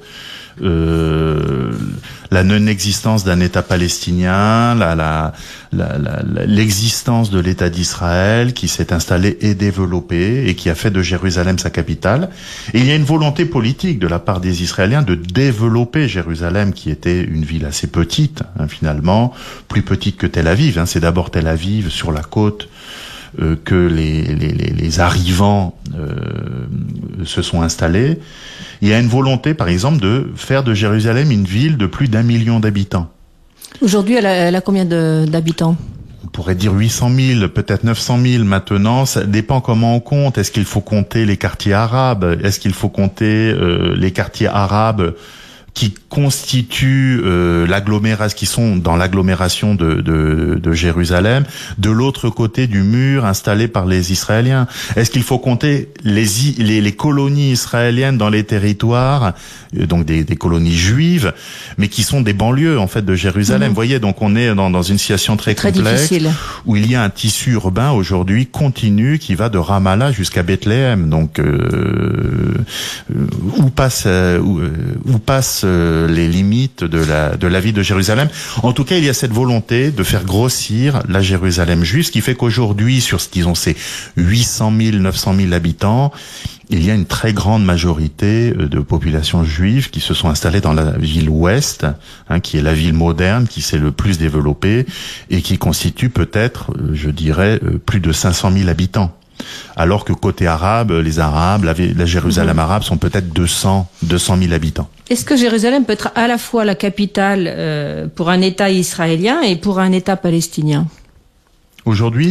Euh, la non-existence d'un État palestinien, la, la, la, la, l'existence de l'État d'Israël qui s'est installé et développé et qui a fait de Jérusalem sa capitale. Et il y a une volonté politique de la part des Israéliens de développer Jérusalem, qui était une ville assez petite, hein, finalement, plus petite que Tel Aviv. Hein. C'est d'abord Tel Aviv sur la côte euh, que les, les, les, les arrivants euh, se sont installés. Il y a une volonté, par exemple, de faire de Jérusalem une ville de plus d'un million d'habitants. Aujourd'hui, elle a, elle a combien de, d'habitants ? On pourrait dire huit cent mille, peut-être neuf cent mille maintenant. Ça dépend comment on compte. Est-ce qu'il faut compter les quartiers arabes ? Est-ce qu'il faut compter euh, les quartiers arabes qui constituent euh, l'agglomération, qui sont dans l'agglomération de, de, de Jérusalem, de l'autre côté du mur installé par les Israéliens? Est-ce qu'il faut compter les, les, les colonies israéliennes dans les territoires, euh, donc des, des colonies juives, mais qui sont des banlieues en fait de Jérusalem? Mmh. Vous voyez, donc on est dans, dans une situation très, très complexe, difficile, où il y a un tissu urbain aujourd'hui continu qui va de Ramallah jusqu'à Bethléem. Donc euh, où passe euh, où, où passe les limites de la de la vie de Jérusalem. En tout cas, il y a cette volonté de faire grossir la Jérusalem juive, ce qui fait qu'aujourd'hui, sur disons ces huit cent mille, neuf cent mille habitants, il y a une très grande majorité de populations juives qui se sont installées dans la ville ouest, hein, qui est la ville moderne, qui s'est le plus développée et qui constitue peut-être, je dirais, plus de cinq cent mille habitants. Alors que côté arabe, les Arabes, la, la Jérusalem mmh. arabe sont peut-être deux cents mille habitants. Est-ce que Jérusalem peut être à la fois la capitale euh, pour un État israélien et pour un État palestinien ? Aujourd'hui ?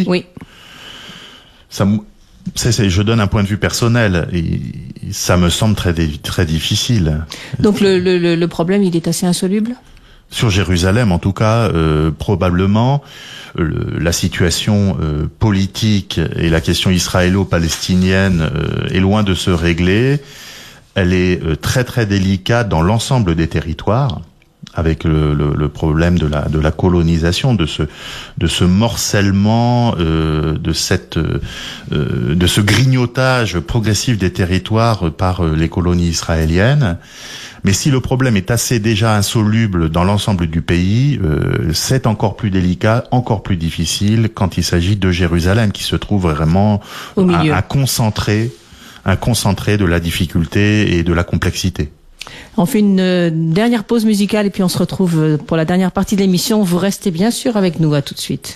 Oui. Ça, c'est, c'est, je donne un point de vue personnel et ça me semble très, très difficile. Donc le, le, le problème, il est assez insoluble ? Sur Jérusalem, en tout cas, euh, probablement, euh, la situation euh, politique et la question israélo-palestinienne euh, est loin de se régler. Elle est euh, très très délicate dans l'ensemble des territoires. avec le, le, le problème de la de la colonisation, de ce de ce morcellement, euh, de cette euh, de ce grignotage progressif des territoires par les colonies israéliennes. Mais si le problème est assez déjà insoluble dans l'ensemble du pays, euh, c'est encore plus délicat, encore plus difficile quand il s'agit de Jérusalem, qui se trouve vraiment au milieu, un, un concentré, un concentré de la difficulté et de la complexité. On fait une euh, dernière pause musicale et puis on se retrouve pour la dernière partie de l'émission. Vous restez bien sûr avec nous. À tout de suite.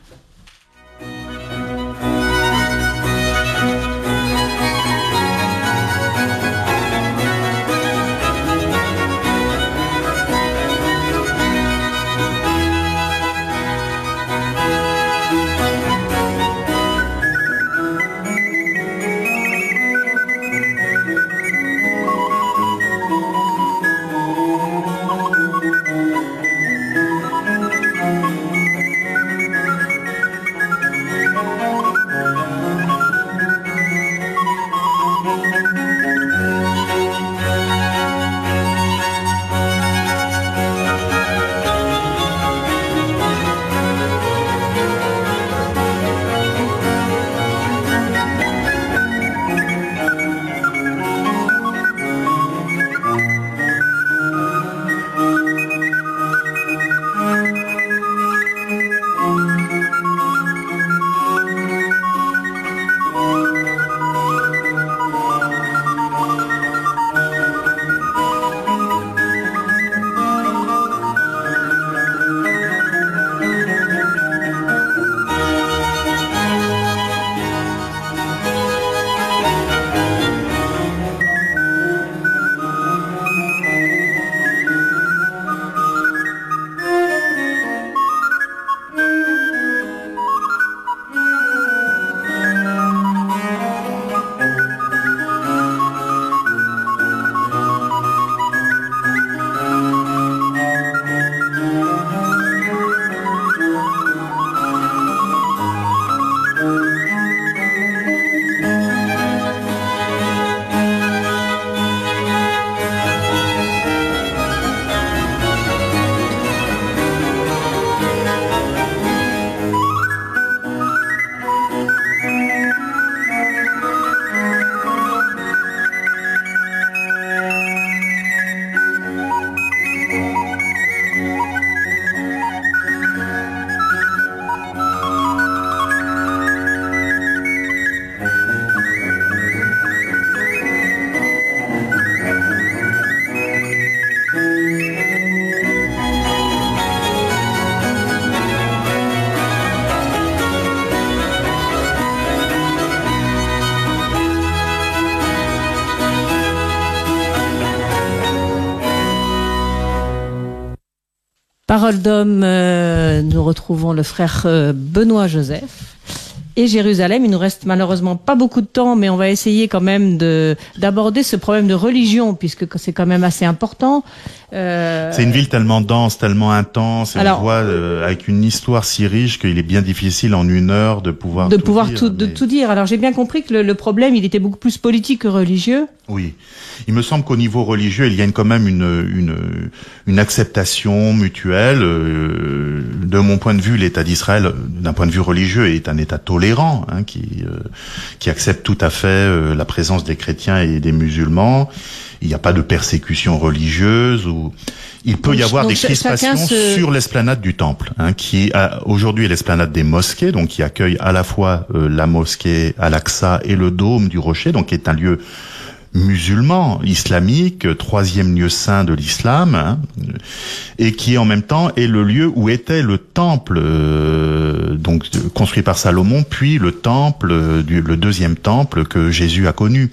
Parole d'homme, euh, nous retrouvons le frère euh, Benoît Joseph. Et Jérusalem, il nous reste malheureusement pas beaucoup de temps, mais on va essayer quand même de d'aborder ce problème de religion, puisque c'est quand même assez important. Euh... C'est une ville tellement dense, tellement intense, et Alors, on voit euh, avec une histoire si riche qu'il est bien difficile en une heure de pouvoir de tout pouvoir dire, tout, mais... de tout dire. Alors j'ai bien compris que le, le problème, il était beaucoup plus politique que religieux. Oui, il me semble qu'au niveau religieux, il y a une, quand même une une une acceptation mutuelle. Euh, de mon point de vue, l'État d'Israël, d'un point de vue religieux, est un État tolérant, hein, qui euh, qui accepte tout à fait euh, la présence des chrétiens et des musulmans. Il n'y a pas de persécution religieuse ou il peut donc, y avoir des crispations se... sur l'esplanade du temple, hein, qui a aujourd'hui l'esplanade des mosquées, donc qui accueille à la fois euh, la mosquée Al-Aqsa et le dôme du Rocher, donc qui est un lieu musulman, islamique, troisième lieu saint de l'islam, hein, et qui en même temps est le lieu où était le temple, euh, donc construit par Salomon, puis le temple, euh, du, le deuxième temple que Jésus a connu.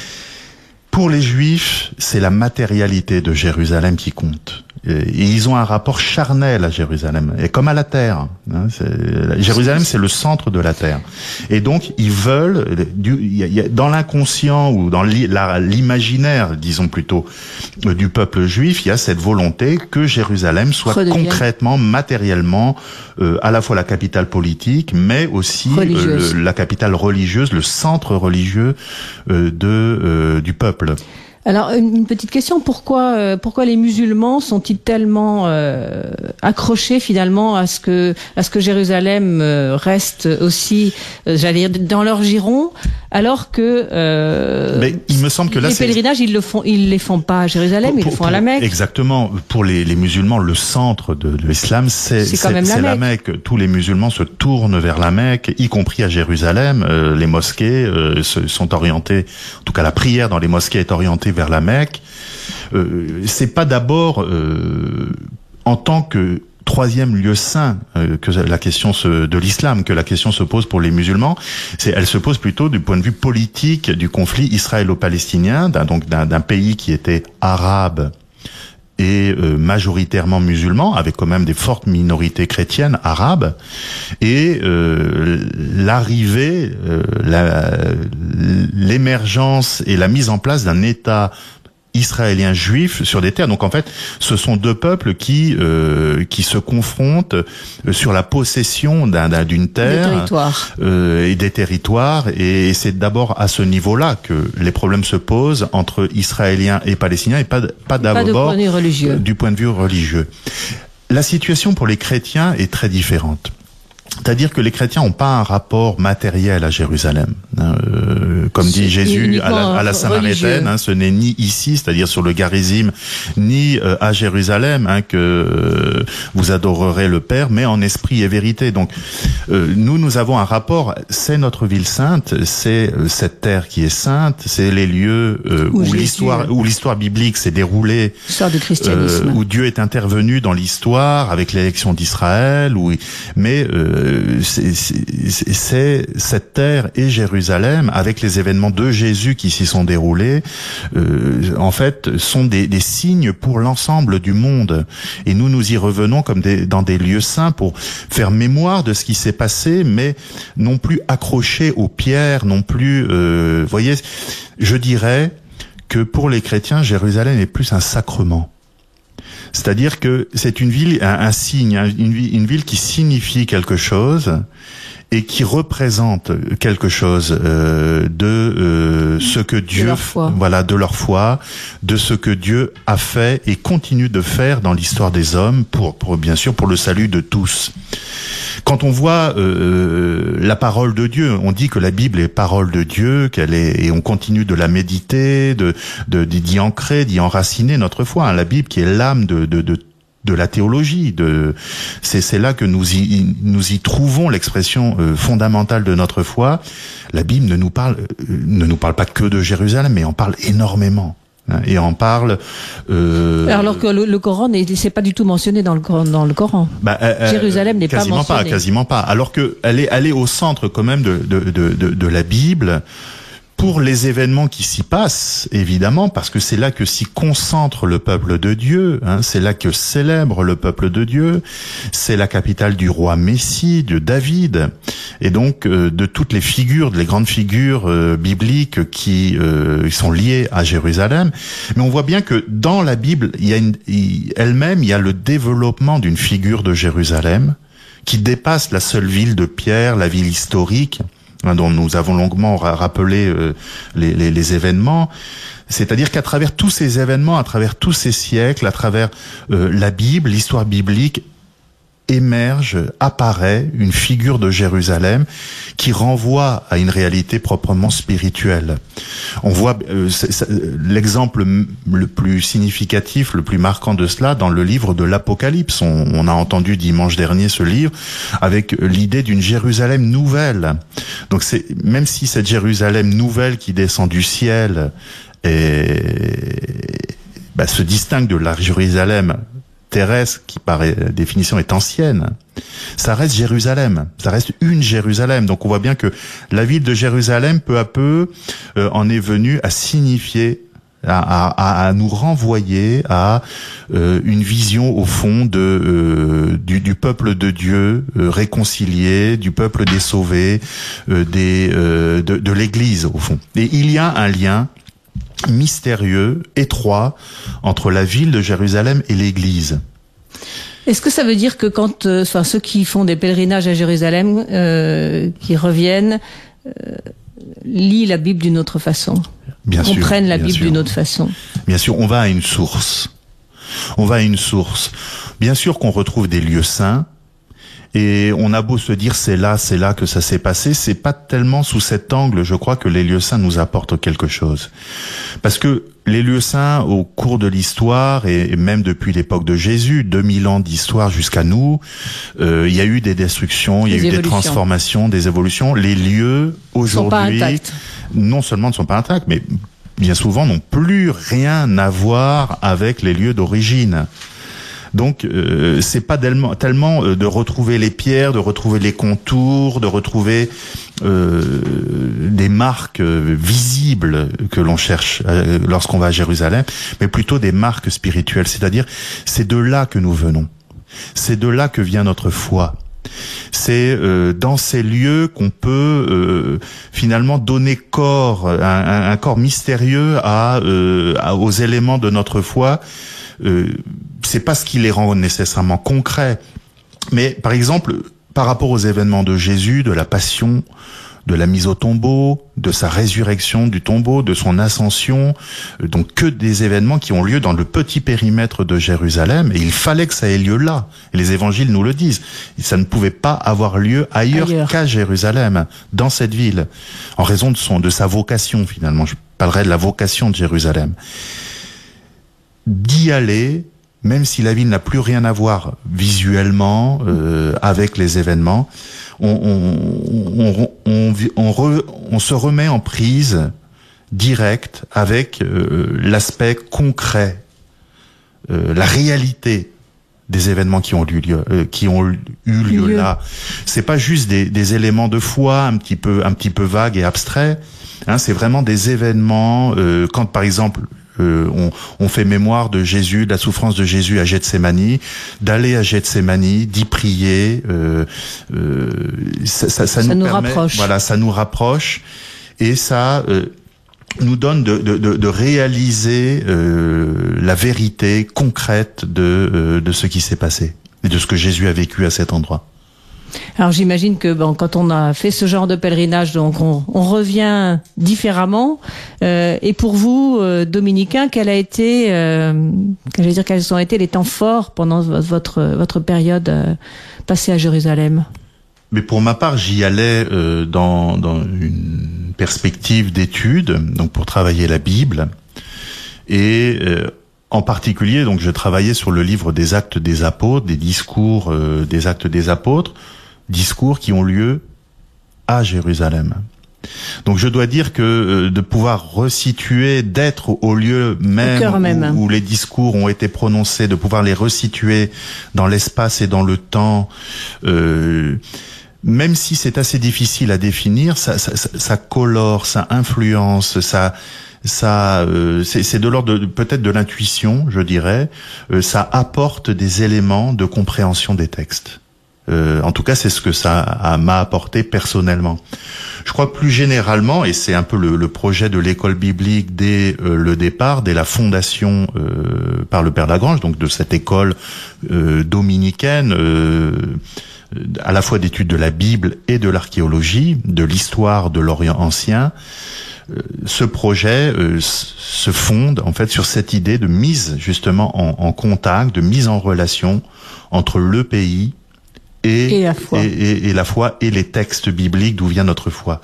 Pour les Juifs, c'est la matérialité de Jérusalem qui compte. Et ils ont un rapport charnel à Jérusalem, et comme à la terre. Hein, c'est, Jérusalem, c'est le centre de la terre. Et donc, ils veulent, du, y a, dans l'inconscient ou dans l'imaginaire, disons plutôt, du peuple juif, il y a cette volonté que Jérusalem soit Redevienne. concrètement, matériellement, euh, à la fois la capitale politique, mais aussi euh, le, la capitale religieuse, le centre religieux euh, de euh, du peuple. Alors, une petite question, pourquoi, euh, pourquoi les musulmans sont-ils tellement euh, accrochés finalement à ce que, à ce que Jérusalem euh, reste aussi, euh, j'allais dire, dans leur giron, alors que euh, Mais il me semble que là, les c'est... pèlerinages, ils le font, ils les font pas à Jérusalem, pour, ils le font pour, à la Mecque. Exactement. Pour les, les musulmans, le centre de, de l'islam, c'est, c'est, c'est, quand même c'est la, la Mecque. Mecque. Tous les musulmans se tournent vers la Mecque, y compris à Jérusalem. Euh, les mosquées euh, se, sont orientées, en tout cas la prière dans les mosquées est orientée vers la Mecque. Euh, c'est pas d'abord euh, en tant que troisième lieu saint euh, que la question se, de l'islam, que la question se pose pour les musulmans. C'est, elle se pose plutôt du point de vue politique du conflit israélo-palestinien, d'un, donc d'un, d'un pays qui était arabe et euh, majoritairement musulman, avec quand même des fortes minorités chrétiennes arabes, et euh, l'arrivée, euh, la, l'émergence et la mise en place d'un État israélien juif sur des terres. Donc en fait, ce sont deux peuples qui euh, qui se confrontent sur la possession d'un, d'un, d'une terre, des territoires. Euh, et des territoires. Et c'est d'abord à ce niveau-là que les problèmes se posent entre Israéliens et Palestiniens, et pas pas d'abord pas de point de vue du point de vue religieux. La situation pour les chrétiens est très différente. C'est-à-dire que les chrétiens n'ont pas un rapport matériel à Jérusalem. Euh, comme dit Jésus à la, à la Samaritaine, hein, ce n'est ni ici, c'est-à-dire sur le Garizim, ni euh, à Jérusalem hein, que euh, vous adorerez le Père, mais en esprit et vérité. Donc euh, nous, nous avons un rapport, c'est notre ville sainte, c'est euh, cette terre qui est sainte, c'est les lieux euh, où, où l'histoire où l'histoire biblique s'est déroulée, l'histoire du christianisme, euh, où Dieu est intervenu dans l'histoire avec l'élection d'Israël, où, mais euh, C'est, c'est, c'est cette terre et Jérusalem, avec les événements de Jésus qui s'y sont déroulés, euh, en fait, sont des, des signes pour l'ensemble du monde. Et nous, nous y revenons comme des, dans des lieux saints pour faire mémoire de ce qui s'est passé, mais non plus accrochés aux pierres, non plus... Euh, vous voyez, je dirais que pour les chrétiens, Jérusalem est plus un sacrement. C'est-à-dire que c'est une ville, un, un signe, une, une ville qui signifie quelque chose et qui représente quelque chose euh, de euh, ce que Dieu, de voilà, de leur foi, de ce que Dieu a fait et continue de faire dans l'histoire des hommes pour, pour bien sûr, pour le salut de tous. Quand on voit euh, la parole de Dieu, on dit que la Bible est parole de Dieu, qu'elle est, et on continue de la méditer, de, de d'y ancrer, d'y enraciner notre foi. Hein, la Bible qui est l'âme de, de, de de la théologie, de c'est c'est là que nous y nous y trouvons l'expression euh, fondamentale de notre foi. La Bible ne nous parle euh, ne nous parle pas que de Jérusalem, mais en parle énormément. Et en parle. Euh... Alors que le, le Coran, c'est pas du tout mentionné dans le Coran. Dans le Coran. Bah, euh, Jérusalem n'est pas mentionné. Quasiment pas, quasiment pas. Alors que elle est, elle est au centre quand même de de de de, de la Bible. Pour les événements qui s'y passent, évidemment, parce que c'est là que s'y concentre le peuple de Dieu, hein, c'est là que célèbre le peuple de Dieu, c'est la capitale du roi Messie, de David, et donc euh, de toutes les figures, les grandes figures euh, bibliques qui euh, sont liées à Jérusalem. Mais on voit bien que dans la Bible, il y a une, il, elle-même, il y a le développement d'une figure de Jérusalem qui dépasse la seule ville de pierre, la ville historique, dont nous avons longuement rappelé euh, les, les, les événements. C'est-à-dire qu'à travers tous ces événements, à travers tous ces siècles, à travers euh, la Bible, l'histoire biblique, émerge, apparaît une figure de Jérusalem qui renvoie à une réalité proprement spirituelle. On voit euh, c'est, c'est, l'exemple le plus significatif, le plus marquant de cela dans le livre de l'Apocalypse. On, on a entendu dimanche dernier ce livre avec l'idée d'une Jérusalem nouvelle. Donc c'est même si cette Jérusalem nouvelle qui descend du ciel est, bah, se distingue de la Jérusalem terrestre, qui par définition est ancienne, ça reste Jérusalem, ça reste une Jérusalem. Donc on voit bien que la ville de Jérusalem, peu à peu, euh, en est venue à signifier, à, à, à nous renvoyer à euh, une vision au fond de euh, du, du peuple de Dieu euh, réconcilié, du peuple des sauvés, euh, des euh, de, de l'Église au fond. Et il y a un lien mystérieux, étroit, entre la ville de Jérusalem et l'Église. Est-ce que ça veut dire que quand, euh, enfin, ceux qui font des pèlerinages à Jérusalem, euh, qui reviennent, euh, lisent la Bible d'une autre façon ? bien sûr, comprennent la bien Bible sûr. d'une autre façon. Bien sûr, on va à une source. On va à une source. Bien sûr qu'on retrouve des lieux saints, et on a beau se dire c'est là, c'est là que ça s'est passé, c'est pas tellement sous cet angle, je crois, que les lieux saints nous apportent quelque chose. Parce que les lieux saints, au cours de l'histoire, et même depuis l'époque de Jésus, deux mille ans d'histoire jusqu'à nous, euh, il y a eu des destructions, il y a eu des transformations, des évolutions. Les lieux, aujourd'hui, non seulement ne sont pas intacts, mais bien souvent n'ont plus rien à voir avec les lieux d'origine. Donc, euh, c'est pas tellement, tellement euh, de retrouver les pierres, de retrouver les contours, de retrouver euh, des marques euh, visibles que l'on cherche euh, lorsqu'on va à Jérusalem, mais plutôt des marques spirituelles. C'est-à-dire, c'est de là que nous venons. C'est de là que vient notre foi. C'est euh, dans ces lieux qu'on peut euh, finalement donner corps, un, un, un corps mystérieux à, euh, à aux éléments de notre foi. Euh, c'est pas ce qui les rend nécessairement concrets, mais par exemple par rapport aux événements de Jésus, de la passion, de la mise au tombeau, de sa résurrection du tombeau, de son ascension, euh, donc que des événements qui ont lieu dans le petit périmètre de Jérusalem, et il fallait que ça ait lieu là. Et les évangiles nous le disent. Ça ne pouvait pas avoir lieu ailleurs, ailleurs. qu'à Jérusalem, dans cette ville, en raison de son de sa vocation finalement. Je parlerai de la vocation de Jérusalem. D'y aller, même si la ville n'a plus rien à voir visuellement euh, avec les événements, on, on, on, on, on, re, on se remet en prise directe avec euh, l'aspect concret, euh, la réalité des événements qui ont eu lieu, euh, qui ont eu lieu, lieu. là. C'est pas juste des, des éléments de foi un petit peu, un petit peu vagues et abstraits. Hein, c'est vraiment des événements. Euh, quand par exemple Euh, on, on fait mémoire de Jésus, de la souffrance de Jésus à Gethsémani, d'aller à Gethsémani, d'y prier, euh, euh, ça, ça, ça, ça nous, nous permet, rapproche. Voilà, ça nous rapproche et ça euh, nous donne de, de, de, de réaliser euh, la vérité concrète de, euh, de ce qui s'est passé et de ce que Jésus a vécu à cet endroit. Alors j'imagine que bon, quand on a fait ce genre de pèlerinage, donc on, on revient différemment. Euh, et pour vous, euh, dominicains, quel a été, euh, j'allais dire, quels ont été les temps forts pendant votre votre période euh, passée à Jérusalem? Mais pour ma part, j'y allais euh, dans dans une perspective d'études, donc pour travailler la Bible, et euh, en particulier, donc, je travaillais sur le livre des Actes des Apôtres, des discours euh, des Actes des Apôtres, discours qui ont lieu à Jérusalem. Donc, je dois dire que euh, de pouvoir resituer, d'être au lieu même, au même. Où, où les discours ont été prononcés, de pouvoir les resituer dans l'espace et dans le temps, euh, même si c'est assez difficile à définir, ça, ça, ça, ça colore, ça influence, ça... Ça, euh, c'est, c'est de l'ordre de, peut-être de l'intuition, je dirais. Euh, ça apporte des éléments de compréhension des textes. Euh, en tout cas, c'est ce que ça a, m'a apporté personnellement. Je crois que plus généralement, et c'est un peu le, le projet de l'école biblique dès euh, le départ, dès la fondation euh, par le Père Lagrange, donc de cette école euh, dominicaine, euh, à la fois d'études de la Bible et de l'archéologie, de l'histoire de l'Orient ancien. Ce projet euh, se fonde en fait sur cette idée de mise justement en, en contact, de mise en relation entre le pays et, et, la foi. Et, et, et la foi et les textes bibliques d'où vient notre foi.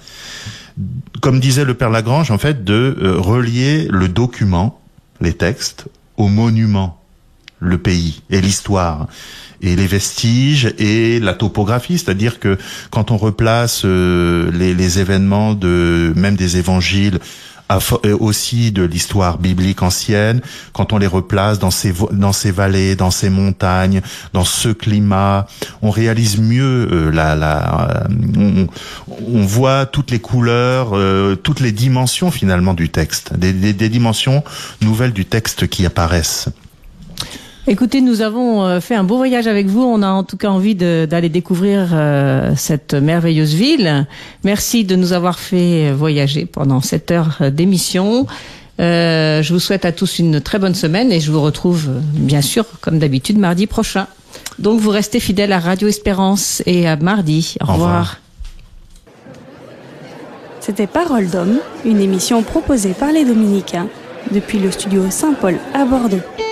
Comme disait le Père Lagrange, en fait, de euh, relier le document, les textes, au monument, le pays et l'histoire. Et les vestiges et la topographie, c'est-à-dire que quand on replace euh, les, les événements de même des évangiles, à, aussi de l'histoire biblique ancienne, quand on les replace dans ces dans ces vallées, dans ces montagnes, dans ce climat, on réalise mieux euh, la la on, on voit toutes les couleurs, euh, toutes les dimensions finalement du texte, des, des, des dimensions nouvelles du texte qui apparaissent. Écoutez, nous avons fait un beau voyage avec vous. On a en tout cas envie de, d'aller découvrir euh, cette merveilleuse ville. Merci de nous avoir fait voyager pendant cette heure d'émission. Euh, je vous souhaite à tous une très bonne semaine et je vous retrouve bien sûr, comme d'habitude, mardi prochain. Donc vous restez fidèles à Radio Espérance et à mardi. Au, Au revoir. revoir. C'était Parole d'homme, une émission proposée par les Dominicains depuis le studio Saint-Paul à Bordeaux.